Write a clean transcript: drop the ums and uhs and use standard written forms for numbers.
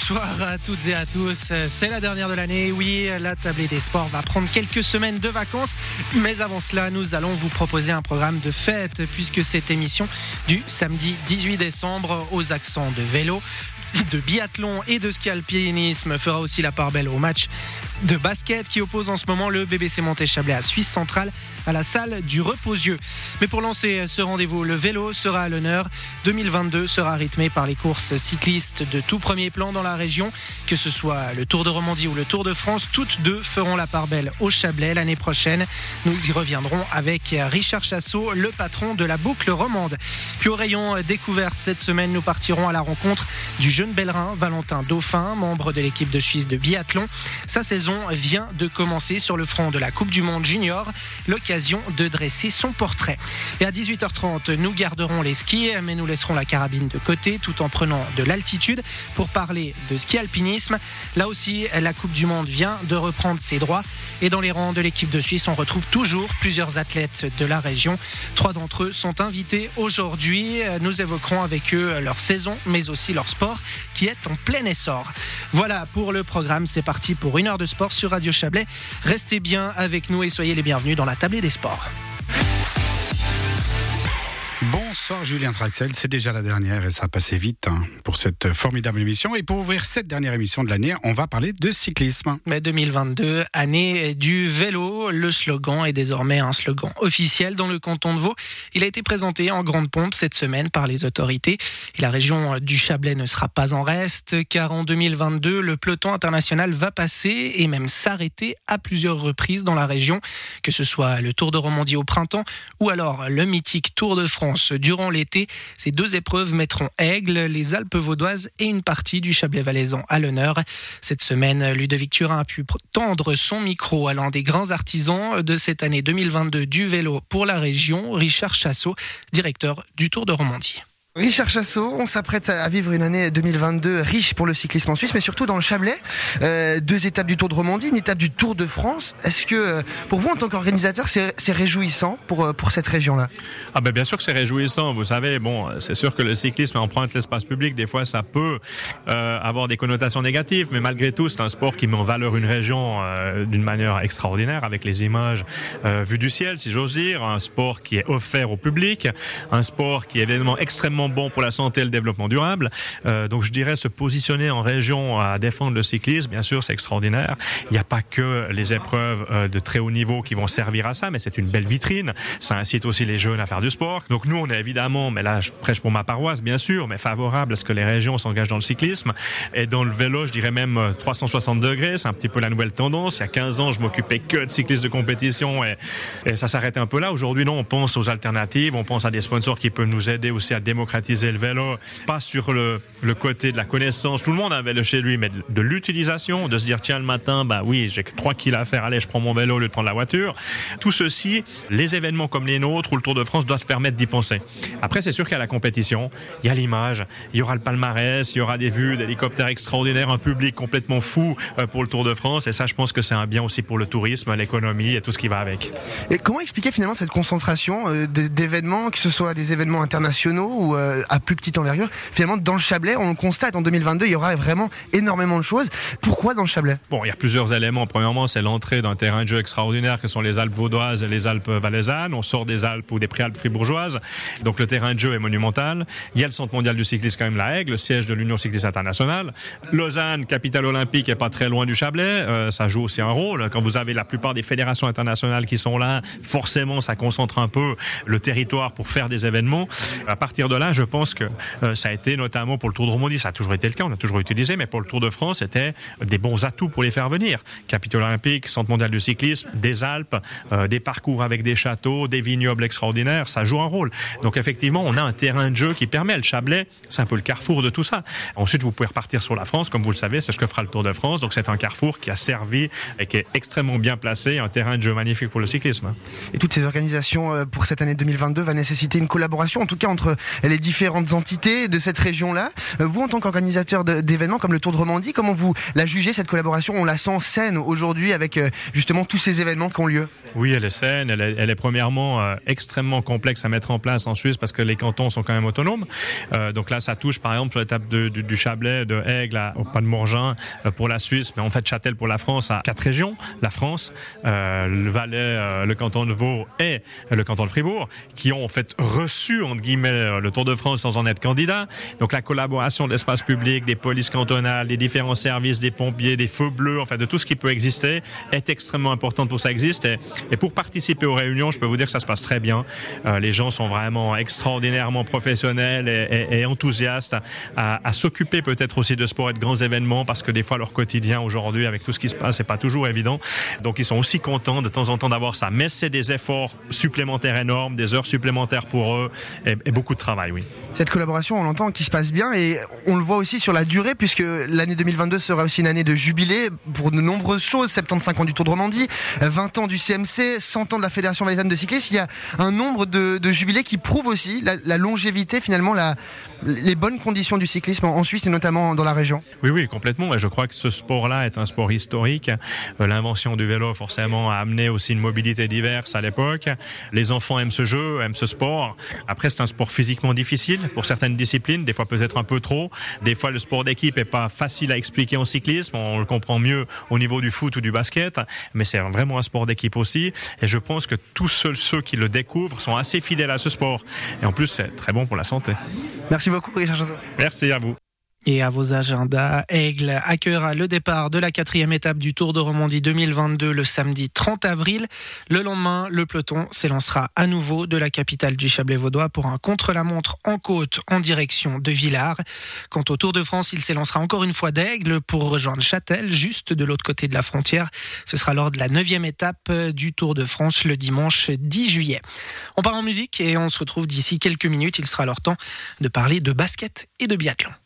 Bonsoir à toutes et à tous. C'est la dernière de l'année. Oui, la Tablée des Sports va prendre quelques semaines de vacances. Mais avant cela, nous allons vous proposer un programme de fête puisque cette émission du samedi 18 décembre aux accents de vélo, de biathlon et de ski alpinisme fera aussi la part belle au match de basket qui oppose en ce moment le BBC Monté-Chablais à Suisse Centrale à la salle du Reposieux. Mais pour lancer ce rendez-vous, le vélo sera à l'honneur. 2022 sera rythmé par les courses cyclistes de tout premier plan dans la région, que ce soit le Tour de Romandie ou le Tour de France. Toutes deux feront la part belle au Chablais l'année prochaine. Nous y reviendrons avec Richard Chassot, le patron de la boucle romande. Puis au rayon découverte cette semaine, nous partirons à la rencontre du jeune Bellerin Valentin Dauphin, membre de l'équipe de Suisse de biathlon. Sa saison vient de commencer sur le front de la Coupe du Monde Junior, l'occasion de dresser son portrait. Et à 18h30, nous garderons les skis, mais nous laisserons la carabine de côté tout en prenant de l'altitude pour parler de ski alpinisme. Là aussi, la Coupe du Monde vient de reprendre ses droits et dans les rangs de l'équipe de Suisse, on retrouve toujours plusieurs athlètes de la région. 3 d'entre eux sont invités aujourd'hui. Nous évoquerons avec eux leur saison, mais aussi leur sport qui est en plein essor. Voilà pour le programme, c'est parti pour 1 heure de sport sur Radio Chablais. Restez bien avec nous et soyez les bienvenus dans la Tablée des Sports. Bonsoir Julien Traxel, c'est déjà la dernière et ça a passé vite pour cette formidable émission. Et pour ouvrir cette dernière émission de l'année, on va parler de cyclisme. Mais 2022, année du vélo, le slogan est désormais un slogan officiel dans le canton de Vaud. Il a été présenté en grande pompe cette semaine par les autorités. Et la région du Chablais ne sera pas en reste, car en 2022, le peloton international va passer et même s'arrêter à plusieurs reprises dans la région, que ce soit le Tour de Romandie au printemps ou alors le mythique Tour de France durant l'été. Ces 2 épreuves mettront Aigle, les Alpes vaudoises et une partie du Chablais valaisan à l'honneur. Cette semaine, Ludovic Turin a pu tendre son micro à l'un des grands artisans de cette année 2022 du vélo pour la région, Richard Chassot, directeur du Tour de Romandie. Richard Chassot, on s'apprête à vivre une année 2022 riche pour le cyclisme en Suisse, mais surtout dans le Chablais. 2 étapes du Tour de Romandie, une étape du Tour de France. Est-ce que, pour vous, en tant qu'organisateur, c'est réjouissant pour cette région-là ? Ah ben bien sûr que c'est réjouissant. Vous savez, c'est sûr que le cyclisme emprunte l'espace public. Des fois, ça peut avoir des connotations négatives, mais malgré tout, c'est un sport qui met en valeur une région d'une manière extraordinaire, avec les images vues du ciel, si j'ose dire. Un sport qui est offert au public, un sport qui est évidemment extrêmement bon pour la santé et le développement durable. Donc je dirais se positionner en région à défendre le cyclisme, bien sûr c'est extraordinaire. Il n'y a pas que les épreuves de très haut niveau qui vont servir à ça, mais c'est une belle vitrine. Ça incite aussi les jeunes à faire du sport. Donc nous on est évidemment, mais là je prêche pour ma paroisse bien sûr, mais favorable à ce que les régions s'engagent dans le cyclisme. Et dans le vélo je dirais même 360 degrés, c'est un petit peu la nouvelle tendance. Il y a 15 ans je m'occupais que de cyclistes de compétition et ça s'arrête un peu là. Aujourd'hui non, on pense aux alternatives, on pense à des sponsors qui peuvent nous aider aussi à démocratiser le vélo, pas sur le côté de la connaissance, tout le monde a un vélo chez lui, mais de l'utilisation, de se dire tiens le matin, oui j'ai que 3 kilos à faire, allez je prends mon vélo au lieu de prendre la voiture. Tout ceci, les événements comme les nôtres ou le Tour de France doivent permettre d'y penser. Après c'est sûr qu'il y a la compétition, il y a l'image, il y aura le palmarès, il y aura des vues d'hélicoptères extraordinaires, un public complètement fou pour le Tour de France, et ça je pense que c'est un bien aussi pour le tourisme, l'économie et tout ce qui va avec. Et comment expliquer finalement cette concentration d'événements, que ce soit des événements internationaux ou à plus petite envergure? Finalement dans le Chablais, on le constate en 2022, il y aura vraiment énormément de choses. Pourquoi dans le Chablais? Il y a plusieurs éléments. Premièrement, c'est l'entrée d'un terrain de jeu extraordinaire que sont les Alpes vaudoises et les Alpes valaisannes. On sort des Alpes ou des Préalpes fribourgeoises. Donc le terrain de jeu est monumental. Il y a le Centre mondial du cyclisme quand même, la Aigle, le siège de l'Union cycliste internationale. Lausanne, capitale olympique, est pas très loin du Chablais. Ça joue aussi un rôle. Quand vous avez la plupart des fédérations internationales qui sont là, forcément ça concentre un peu le territoire pour faire des événements. À partir de là, je pense que ça a été notamment pour le Tour de Romandie, ça a toujours été le cas, on a toujours utilisé, mais pour le Tour de France, c'était des bons atouts pour les faire venir. Capitale olympique, Centre mondial du cyclisme, des Alpes, des parcours avec des châteaux, des vignobles extraordinaires, ça joue un rôle. Donc effectivement, on a un terrain de jeu qui permet, le Chablais, c'est un peu le carrefour de tout ça. Ensuite, vous pouvez repartir sur la France, comme vous le savez, c'est ce que fera le Tour de France, donc c'est un carrefour qui a servi et qui est extrêmement bien placé, un terrain de jeu magnifique pour le cyclisme. Et toutes ces organisations pour cette année 2022 va nécessiter une collaboration, en tout cas entre les différentes entités de cette région-là. Vous, en tant qu'organisateur d'événements comme le Tour de Romandie, comment vous la jugez cette collaboration? On la sent saine aujourd'hui avec justement tous ces événements qui ont lieu. Oui, elle est saine. Elle est premièrement extrêmement complexe à mettre en place en Suisse parce que les cantons sont quand même autonomes. Donc là, ça touche par exemple sur l'étape du Chablais, de Aigle au Pas de Morgin pour la Suisse, mais en fait Châtel pour la France à 4 régions. La France, le Valais, le canton de Vaud et le canton de Fribourg, qui ont en fait reçu entre guillemets le Tour de France sans en être candidat. Donc la collaboration de l'espace public, des polices cantonales, des différents services, des pompiers, des feux bleus, en fait de tout ce qui peut exister est extrêmement importante pour que ça existe. Et pour participer aux réunions, je peux vous dire que ça se passe très bien. Les gens sont vraiment extraordinairement professionnels et enthousiastes à s'occuper peut-être aussi de sport et de grands événements parce que des fois leur quotidien aujourd'hui avec tout ce qui se passe c'est pas toujours évident. Donc ils sont aussi contents de temps en temps d'avoir ça. Mais c'est des efforts supplémentaires énormes, des heures supplémentaires pour eux et beaucoup de travail, oui. Cette collaboration, on l'entend, qui se passe bien et on le voit aussi sur la durée puisque l'année 2022 sera aussi une année de jubilé pour de nombreuses choses. 75 ans du Tour de Romandie, 20 ans du CMC, 100 ans de la Fédération valaisanne de cyclisme. Il y a un nombre de jubilés qui prouvent aussi la longévité, finalement, les bonnes conditions du cyclisme en Suisse et notamment dans la région. Oui, complètement. Et je crois que ce sport-là est un sport historique. L'invention du vélo, forcément, a amené aussi une mobilité diverse à l'époque. Les enfants aiment ce jeu, aiment ce sport. Après, c'est un sport physiquement difficile pour certaines disciplines, des fois peut-être un peu trop. Des fois, le sport d'équipe est pas facile à expliquer en cyclisme. On le comprend mieux au niveau du foot ou du basket, mais c'est vraiment un sport d'équipe aussi. Et je pense que tous ceux qui le découvrent sont assez fidèles à ce sport. Et en plus, c'est très bon pour la santé. Merci beaucoup, Richard Chazot. Merci à vous. Et à vos agendas, Aigle accueillera le départ de la 4e étape du Tour de Romandie 2022 le samedi 30 avril. Le lendemain, le peloton s'élancera à nouveau de la capitale du Chablais vaudois pour un contre-la-montre en côte en direction de Villars. Quant au Tour de France, il s'élancera encore une fois d'Aigle pour rejoindre Châtel, juste de l'autre côté de la frontière. Ce sera lors de la 9e étape du Tour de France le dimanche 10 juillet. On part en musique et on se retrouve d'ici quelques minutes. Il sera alors temps de parler de basket et de biathlon.